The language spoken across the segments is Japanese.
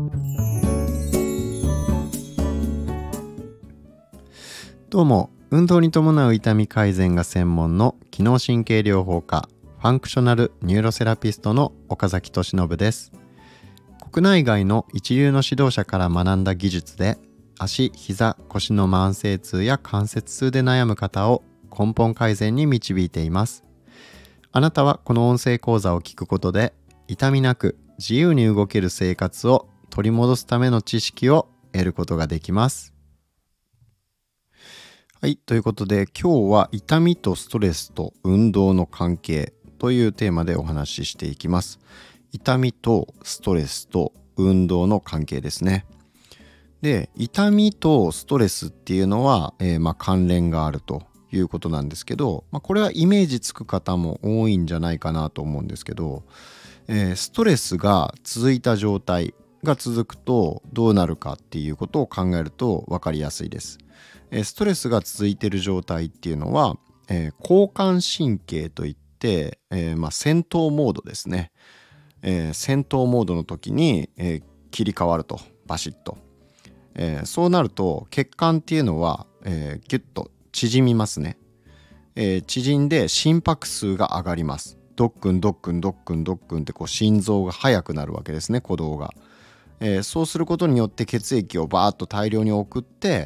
どうも、運動に伴う痛み改善が専門の機能神経療法科ファンクショナルニューロセラピストの岡崎俊信です。国内外の一流の指導者から学んだ技術で足、膝、腰の慢性痛や関節痛で悩む方を根本改善に導いています。あなたはこの音声講座を聞くことで痛みなく自由に動ける生活を取り戻すための知識を得ることができます。はい、ということで今日は痛みとストレスと運動の関係というテーマでお話ししていきます。痛みとストレスと運動の関係ですね。で、痛みとストレスっていうのは、関連があるということなんですけど、これはイメージつく方も多いんじゃないかなと思うんですけど、ストレスが続いた状態が続くとどうなるかっていうことを考えると分かりやすいです。ストレスが続いている状態っていうのは、交感神経といって、戦闘モードですね。戦闘モードの時に、切り替わるとバシッと、そうなると血管っていうのは、ギュッと縮みますね。縮んで心拍数が上がります。ドックンドックンドックンドックンってこう心臓が速くなるわけですね、鼓動が。そうすることによって血液をバーッと大量に送って、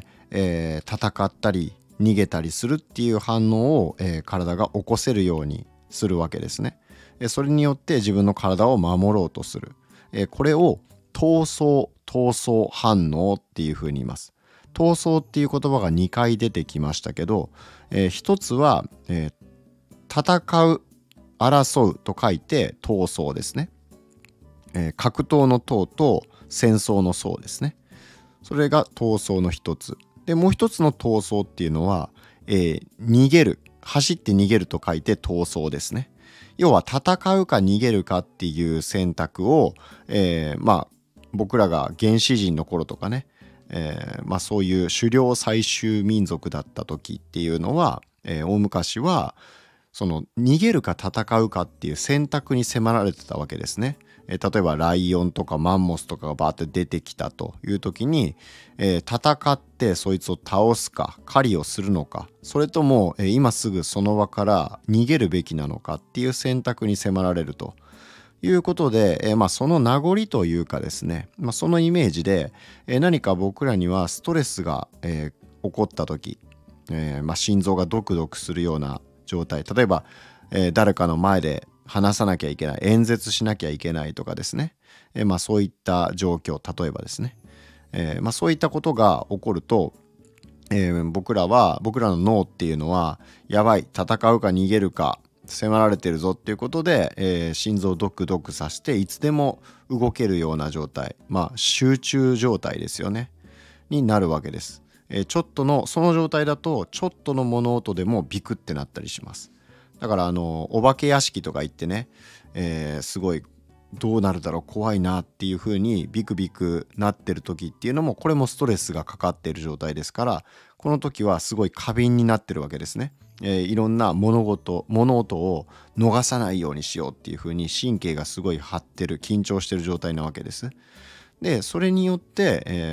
戦ったり逃げたりするっていう反応を、体が起こせるようにするわけですね。それによって自分の体を守ろうとする。これを闘争反応っていうふうに言います。闘争っていう言葉が2回出てきましたけど、一つは、戦う、争うと書いて闘争ですね。格闘の闘と戦争の争ですね。それが闘争の一つで、もう一つの闘争っていうのは、逃げる、走って逃げると書いて闘争ですね。要は戦うか逃げるかっていう選択を、僕らが原始人の頃とかね、そういう狩猟採集民族だった時っていうのは、大昔はその逃げるか戦うかっていう選択に迫られてたわけですね。例えばライオンとかマンモスとかがバーって出てきたという時に、戦ってそいつを倒すか狩りをするのか、それとも、今すぐその場から逃げるべきなのかっていう選択に迫られるということで、その名残というかですね、そのイメージで、何か僕らにはストレスが、起こった時、心臓がドクドクするような状態、例えば、誰かの前で話さなきゃいけない、演説しなきゃいけないとかですね、そういった状況、例えばですね、そういったことが起こると、僕らの脳っていうのはやばい、戦うか逃げるか迫られてるぞっていうことで、心臓をドクドクさせていつでも動けるような状態、集中状態ですよねになるわけです。その状態だとちょっとの物音でもビクってなったりします。だからお化け屋敷とか行ってね、すごいどうなるだろう怖いなっていう風にビクビクなってる時っていうのも、これもストレスがかかっている状態ですから、この時はすごい過敏になってるわけですね。いろんな物音を逃さないようにしようっていう風に神経がすごい張ってる、緊張してる状態なわけです。でそれによって、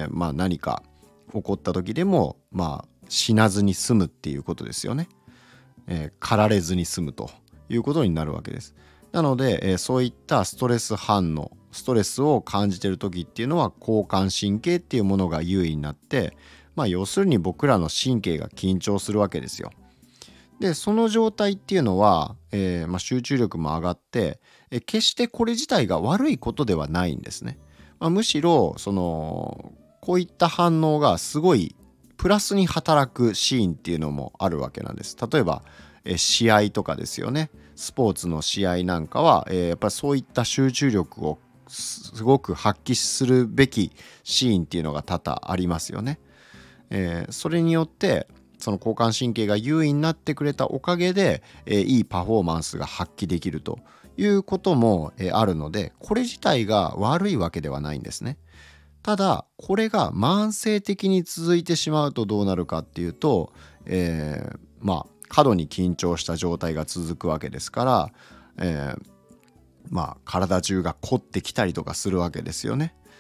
何か起こった時でも死なずに済むっていうことですよね。駆られずに済むということになるわけです。なので、そういったストレス反応、ストレスを感じている時っていうのは交感神経っていうものが優位になって、要するに僕らの神経が緊張するわけですよ。でその状態っていうのは、集中力も上がって、決してこれ自体が悪いことではないんですね。むしろこういった反応がすごいプラスに働くシーンっていうのもあるわけなんです。例えば試合とかですよね。スポーツの試合なんかは、やっぱりそういった集中力をすごく発揮するべきシーンっていうのが多々ありますよね。それによってその交感神経が優位になってくれたおかげで、いいパフォーマンスが発揮できるということも、あるので、これ自体が悪いわけではないんですね。ただこれが慢性的に続いてしまうとどうなるかっていうと、過度に緊張した状態が続くわけですから、体中が凝ってきたりとかするわけですよね。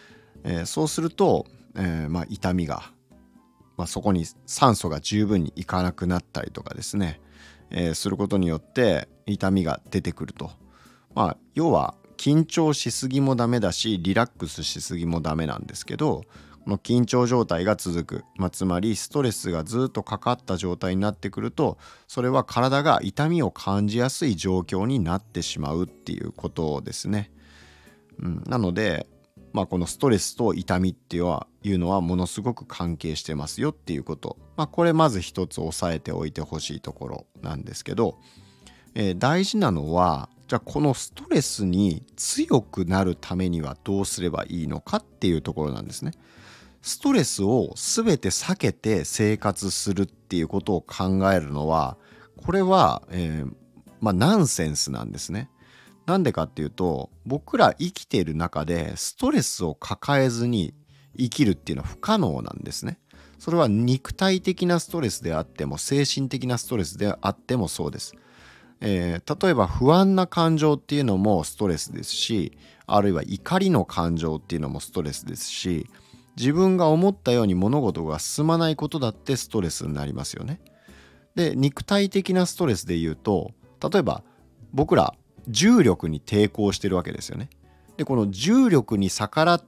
そうすると、痛みが、そこに酸素が十分にいかなくなったりとかですね、することによって痛みが出てくると。要は緊張しすぎもダメだしリラックスしすぎもダメなんですけど、この緊張状態が続く、つまりストレスがずっとかかった状態になってくると、それは体が痛みを感じやすい状況になってしまうっていうことですね。なので、このストレスと痛みっていうのはものすごく関係してますよっていうこと。これまず一つ押さえておいてほしいところなんですけど、大事なのは、じゃあこのストレスに強くなるためにはどうすればいいのかっていうところなんですね。ストレスを全て避けて生活するっていうことを考えるのは、これは、ナンセンスなんですね。なんでかっていうと、僕ら生きている中でストレスを抱えずに生きるっていうのは不可能なんですね。それは肉体的なストレスであっても精神的なストレスであってもそうです。例えば不安な感情っていうのもストレスですし、あるいは怒りの感情っていうのもストレスですし、自分が思ったように物事が進まないことだってストレスになりますよね。で、肉体的なストレスで言うと、例えば僕ら重力に抵抗してるわけですよね。で、この重力に逆らって、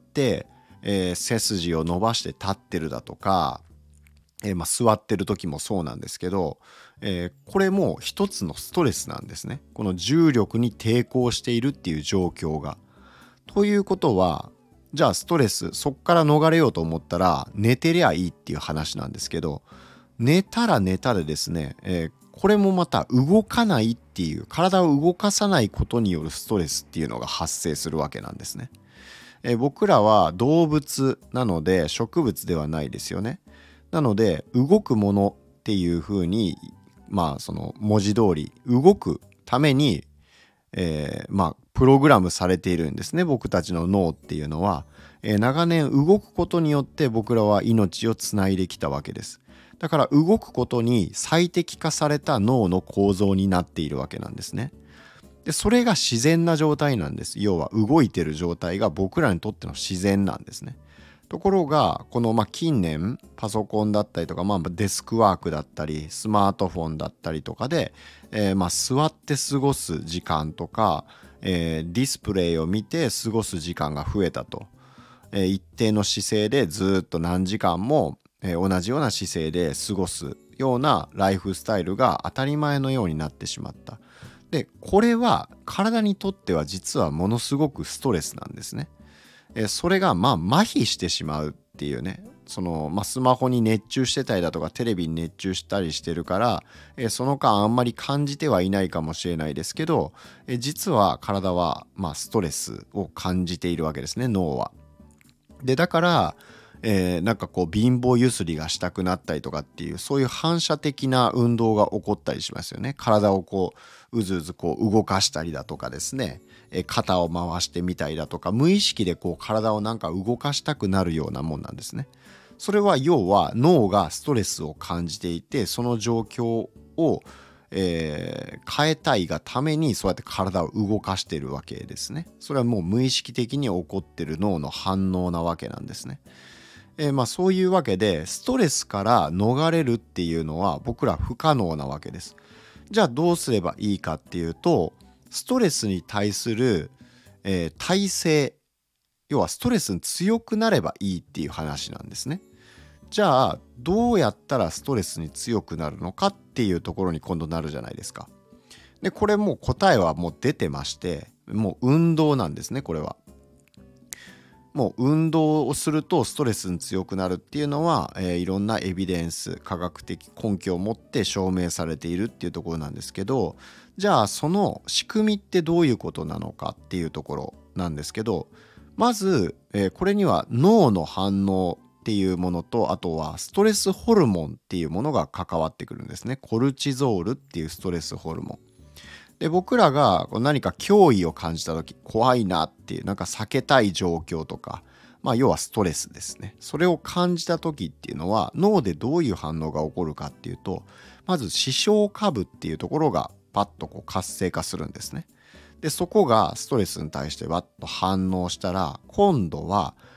背筋を伸ばして立ってるだとか、座ってる時もそうなんですけど、これも一つのストレスなんですね。この重力に抵抗しているっていう状況が。ということは、じゃあストレス、そっから逃れようと思ったら寝てりゃいいっていう話なんですけど、寝たら寝たでですね、これもまた動かないっていう、体を動かさないことによるストレスっていうのが発生するわけなんですね。僕らは動物なので植物ではないですよね。なので動くものっていうふうに、その文字通り動くために、プログラムされているんですね。僕たちの脳っていうのは、長年動くことによって僕らは命をつないできたわけです。だから動くことに最適化された脳の構造になっているわけなんですね。で、それが自然な状態なんです。要は動いてる状態が僕らにとっての自然なんですね。ところがこの近年パソコンだったりとか、デスクワークだったりスマートフォンだったりとかで、座って過ごす時間とか、ディスプレイを見て過ごす時間が増えたと、一定の姿勢でずっと何時間も、同じような姿勢で過ごすようなライフスタイルが当たり前のようになってしまった。で、これは体にとっては実はものすごくストレスなんですね。それが麻痺してしまうっていうね、その、スマホに熱中してたりだとかテレビに熱中したりしてるから、その間あんまり感じてはいないかもしれないですけど、実は体はストレスを感じているわけですね、脳は。で、だから、貧乏ゆすりがしたくなったりとかっていう、そういう反射的な運動が起こったりしますよね。体をうずうず動かしたりだとかですね、肩を回してみたりだとか、無意識で体を動かしたくなるようなもんなんですね。それは要は脳がストレスを感じていて、その状況を、変えたいがためにそうやって体を動かしているわけですね。それはもう無意識的に起こっている脳の反応なわけなんですね。そういうわけでストレスから逃れるっていうのは僕ら不可能なわけです。じゃあどうすればいいかっていうと、ストレスに対する、耐性、要はストレスに強くなればいいっていう話なんですね。じゃあどうやったらストレスに強くなるのかっていうところに今度なるじゃないですか。で、これもう答えはもう出てまして、もう運動なんですね。これはもう運動をするとストレスに強くなるっていうのは、いろんなエビデンス、科学的根拠を持って証明されているっていうところなんですけど、じゃあその仕組みってどういうことなのかっていうところなんですけど、まず、これには脳の反応っていうものと、あとはストレスホルモンっていうものが関わってくるんですね。コルチゾールっていうストレスホルモンで、僕らが何か脅威を感じた時、怖いなっていう、避けたい状況とか、要はストレスですね。それを感じた時っていうのは脳でどういう反応が起こるかっていうと、まず視床下部っていうところがパッと活性化するんですね。で、そこがストレスに対してワッと反応したら、今度は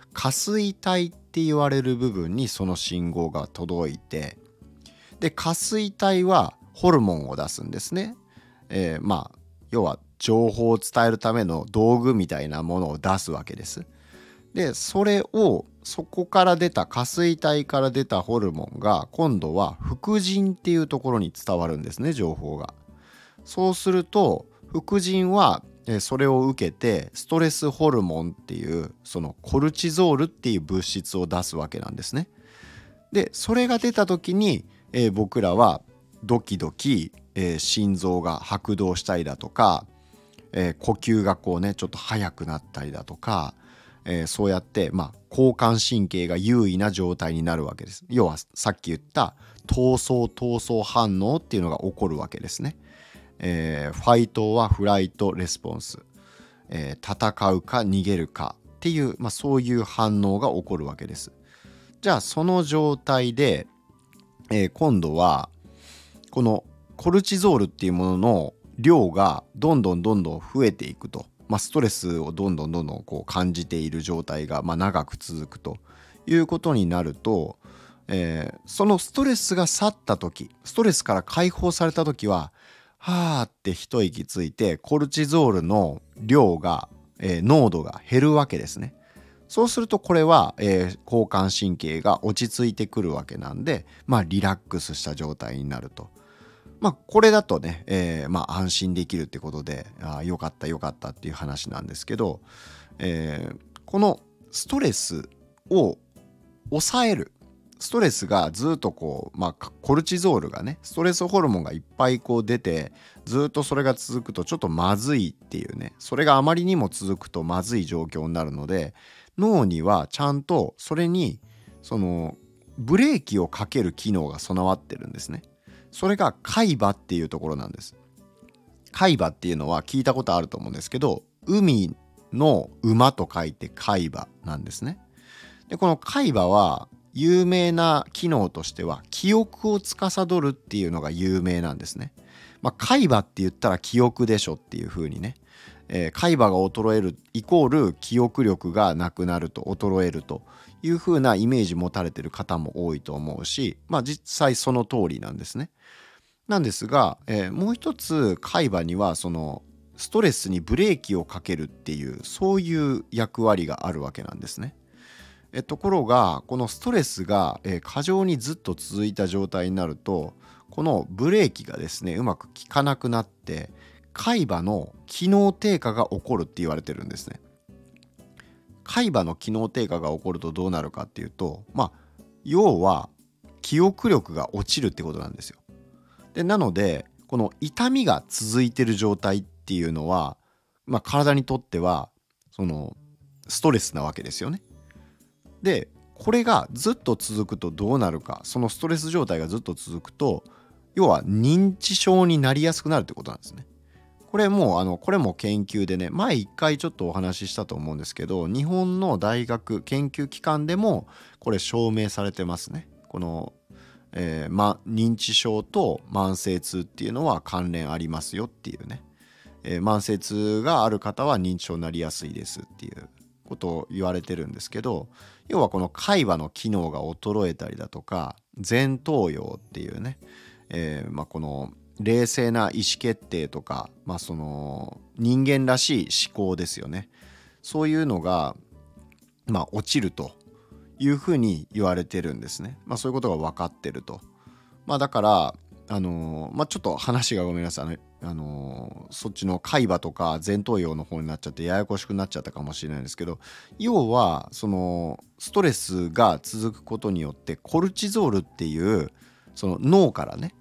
下垂体って言われる部分にその信号が届いて、で下垂体はホルモンを出すんですね。要は情報を伝えるための道具みたいなものを出すわけです。でそこから出た下垂体から出たホルモンが今度は副腎っていうところに伝わるんですね、情報が。そうすると副腎はそれを受けてストレスホルモンっていうそのコルチゾールっていう物質を出すわけなんですね。でそれが出た時に、僕らはドキドキ、心臓が拍動したりだとか、呼吸がこうねちょっと速くなったりだとか、そうやって交感神経が優位な状態になるわけです。要はさっき言った闘争反応っていうのが起こるわけですね。ファイトはフライトレスポンス、戦うか逃げるかっていう、そういう反応が起こるわけです。じゃあその状態で、今度はこのコルチゾールっていうものの量がどんどん増えていくと、ストレスをどんどんこう感じている状態が長く続くということになると、そのストレスが去った時、ストレスから解放された時ははーって一息ついてコルチゾールの量が、濃度が減るわけですね。そうするとこれは、交感神経が落ち着いてくるわけなんで、リラックスした状態になると。これだとね、安心できるってことで、よかったっていう話なんですけど、このストレスを抑える、ストレスがずっとこう、コルチゾールがね、ストレスホルモンがいっぱいこう出て、ずっとそれが続くとちょっとまずいっていうね、それがあまりにも続くとまずい状況になるので、脳にはちゃんとそれにそのブレーキをかける機能が備わってるんですね。それが海馬っていうところなんです。海馬っていうのは聞いたことあると思うんですけど、海の馬と書いて海馬なんですね。でこの海馬は有名な機能としては記憶を司るっていうのが有名なんですね。海馬って言ったら記憶でしょっていう風にね、海馬が衰えるイコール記憶力がなくなると、衰えるという風なイメージ持たれてる方も多いと思うし、実際その通りなんですね。なんですが、もう一つ海馬にはそのストレスにブレーキをかけるっていうそういう役割があるわけなんですね。ところがこのストレスが、過剰にずっと続いた状態になると、このブレーキがですねうまく効かなくなって海馬の機能低下が起こるって言われてるんですね。海馬の機能低下が起こるとどうなるかっていうと、要は記憶力が落ちるってことなんですよ。でなのでこの痛みが続いてる状態っていうのは、体にとってはそのストレスなわけですよね。でこれがずっと続くとどうなるか、そのストレス状態がずっと続くと、要は認知症になりやすくなるってことなんですね。これも研究でね、前一回ちょっとお話ししたと思うんですけど、日本の大学研究機関でもこれ証明されてますね。この、認知症と慢性痛っていうのは関連ありますよっていうね、慢性痛がある方は認知症になりやすいですっていうことを言われてるんですけど、要はこの海馬の機能が衰えたりだとか、前頭葉っていうね、この冷静な意思決定とか、その人間らしい思考ですよね。そういうのが、落ちるというふうに言われてるんですね。そういうことが分かってると。だからちょっと話がごめんなさいね。そっちの海馬とか前頭葉の方になっちゃってややこしくなっちゃったかもしれないんですけど、要はそのストレスが続くことによってコルチゾールっていうその脳からね、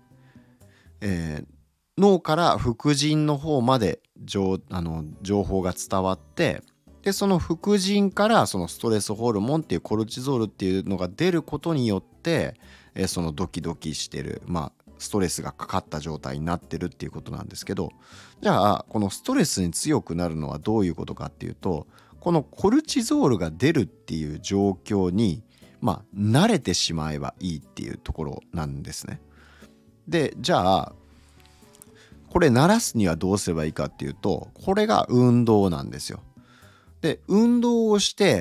脳から副腎の方まで情報が伝わって、でその副腎からそのストレスホルモンっていうコルチゾールっていうのが出ることによって、そのドキドキしてる、ストレスがかかった状態になってるっていうことなんですけど、じゃあこのストレスに強くなるのはどういうことかっていうと、このコルチゾールが出るっていう状況に慣れてしまえばいいっていうところなんですね。でじゃあこれ慣らすにはどうすればいいかっていうと、これが運動なんですよ。で運動をして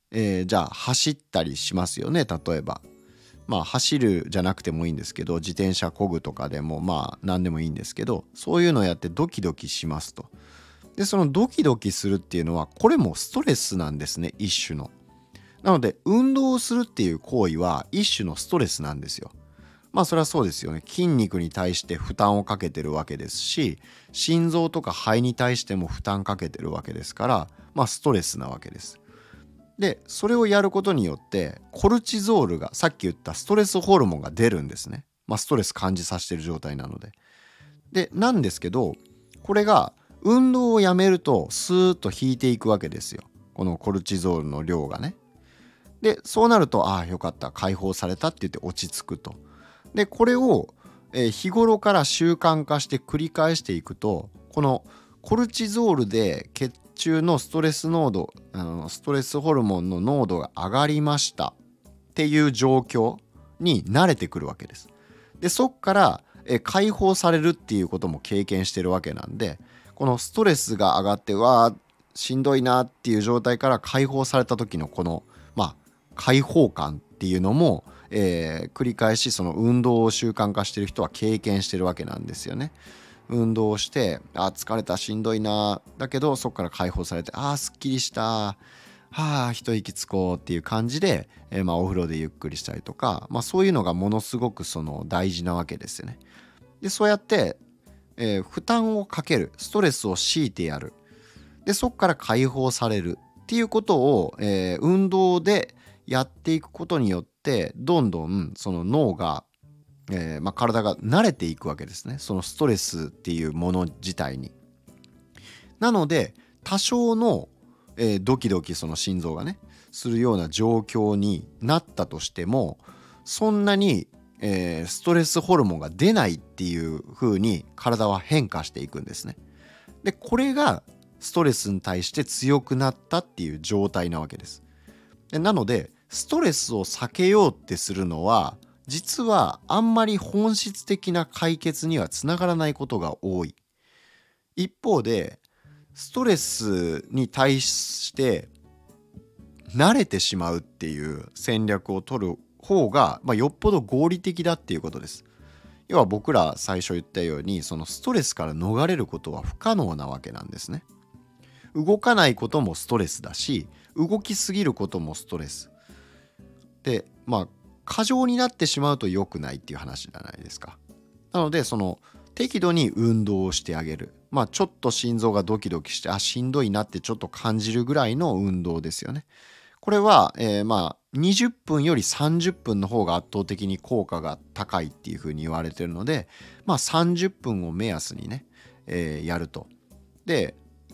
じゃあ走ったりしますよね。例えば走るじゃなくてもいいんですけど、自転車漕ぐとかでも何でもいいんですけど、そういうのをやってドキドキしますと。でそのドキドキするっていうのはこれもストレスなんですね、一種の。なので運動をするっていう行為は一種のストレスなんですよ。それはそうですよね。筋肉に対して負担をかけてるわけですし、心臓とか肺に対しても負担かけてるわけですから、ストレスなわけです。でそれをやることによってコルチゾールが、さっき言ったストレスホルモンが出るんですね。ストレス感じさせてる状態なので。なんですけど、これが運動をやめるとスーッと引いていくわけですよ、このコルチゾールの量がね。でそうなると、ああよかった、解放されたって言って落ち着くと。でこれを、日頃から習慣化して繰り返していくと、このコルチゾールで血中のストレス濃度、ストレスホルモンの濃度が上がりましたっていう状況に慣れてくるわけです。でそっから、解放されるっていうことも経験してるわけなんで、このストレスが上がってしんどいなっていう状態から解放された時のこの解放感っていうのも、繰り返しその運動を習慣化してる人は経験してるわけなんですよね。運動をして疲れた、しんどいな、だけどそこから解放されてすっきりした、一息つこうっていう感じで、お風呂でゆっくりしたりとか、そういうのがものすごくその大事なわけですよね。でそうやって、負担をかける、ストレスを強いてやる、でそこから解放されるっていうことを、運動でやっていくことによってどんどんその脳が、体が慣れていくわけですね、そのストレスっていうもの自体に。なので多少の、ドキドキその心臓がねするような状況になったとしても、そんなに、ストレスホルモンが出ないっていう風に体は変化していくんですね。でこれがストレスに対して強くなったっていう状態なわけです。なのでストレスを避けようってするのは実はあんまり本質的な解決にはつながらないことが多い。一方でストレスに対して慣れてしまうっていう戦略を取る方が、よっぽど合理的だっていうことです。要は僕ら最初言ったように、そのストレスから逃れることは不可能なわけなんですね。動かないこともストレスだし、動きすぎることもストレスで、過剰になってしまうと良くないっていう話じゃないですか。なのでその適度に運動をしてあげる、ちょっと心臓がドキドキしてしんどいなってちょっと感じるぐらいの運動ですよね。これは、20分より30分の方が圧倒的に効果が高いっていうふうに言われてるので、30分を目安にね、やると。で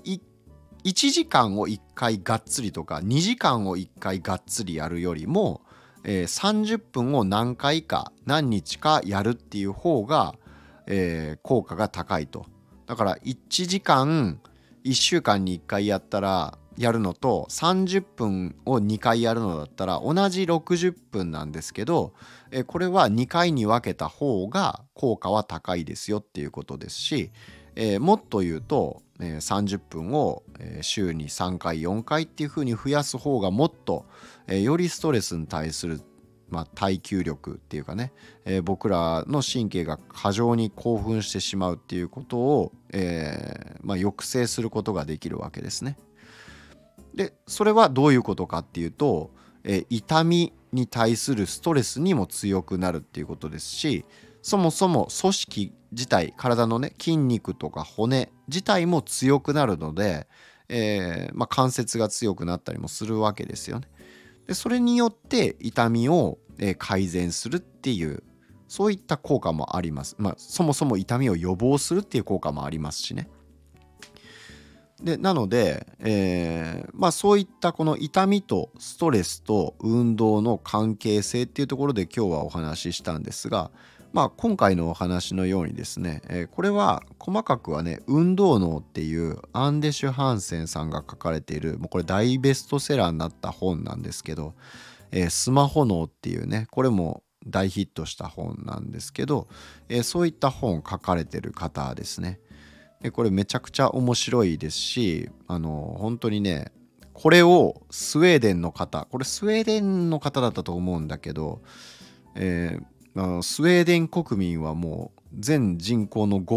1時間を1回がっつりとか2時間を1回がっつりやるよりも、30分を何回か何日かやるっていう方が、効果が高いと。だから1時間1週間に1回やるのと30分を2回やるのだったら同じ60分なんですけど、これは2回に分けた方が効果は高いですよっていうことですし、もっと言うと、30分を、週に3回4回っていう風に増やす方がもっと、よりストレスに対する、耐久力っていうかね、僕らの神経が過剰に興奮してしまうっていうことを、抑制することができるわけですね。でそれはどういうことかっていうと、痛みに対するストレスにも強くなるっていうことですし、そもそも組織自体、体のね筋肉とか骨自体も強くなるので、関節が強くなったりもするわけですよね。でそれによって痛みを、改善するっていう、そういった効果もあります。そもそも痛みを予防するっていう効果もありますしね。でなので、そういったこの痛みとストレスと運動の関係性っていうところで今日はお話ししたんですが、今回のお話のようにですね、これは細かくはね運動脳っていうアンデシュ・ハンセンさんが書かれている、もうこれ大ベストセラーになった本なんですけど、スマホ脳っていうね、これも大ヒットした本なんですけど、そういった本書かれてる方ですね。これめちゃくちゃ面白いですし、本当にねこれをスウェーデンの方、これスウェーデンの方だったと思うんだけど、スウェーデン国民はもう全人口の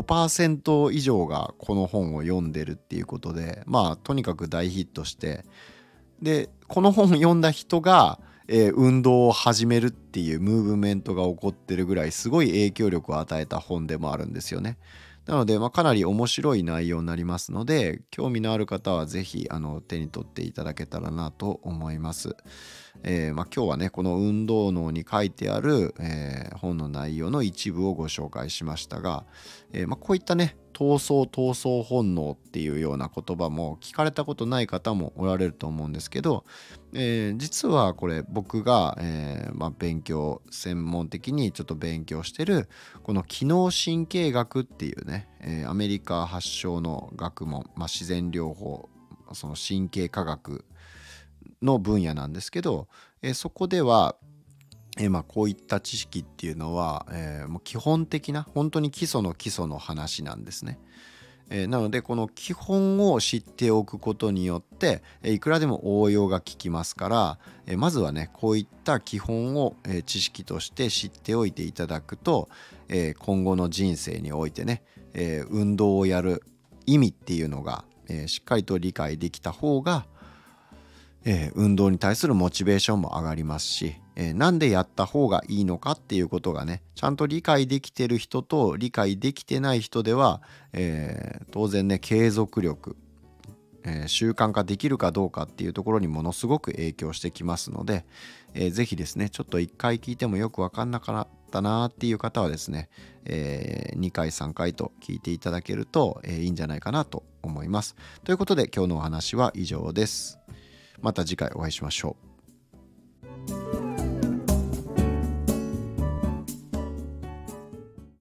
5% 以上がこの本を読んでるっていうことで、とにかく大ヒットして、でこの本を読んだ人が、運動を始めるっていうムーブメントが起こってるぐらいすごい影響力を与えた本でもあるんですよね。なので、かなり面白い内容になりますので、興味のある方はぜひ手に取っていただけたらなと思います。今日はねこの運動脳に書いてある、本の内容の一部をご紹介しましたが、こういったね闘争本能っていうような言葉も聞かれたことない方もおられると思うんですけど、実はこれ僕が、専門的にちょっと勉強してるこの機能神経学っていうね、アメリカ発祥の学問、自然療法、その神経科学の分野なんですけど、そこでは、こういった知識っていうのは、もう基本的な本当に基礎の基礎の話なんですね。なのでこの基本を知っておくことによって、いくらでも応用が効きますから、まずはねこういった基本を、知識として知っておいていただくと、今後の人生においてね、運動をやる意味っていうのが、しっかりと理解できた方が、運動に対するモチベーションも上がりますし、なんでやった方がいいのかっていうことがねちゃんと理解できてる人と理解できてない人では、当然ね継続力、習慣化できるかどうかっていうところにものすごく影響してきますので、ぜひですねちょっと1回聞いてもよく分かんなかったなっていう方はですね、2回3回と聞いていただけると、いいんじゃないかなと思います。ということで今日のお話は以上です。また次回お会いしましょう。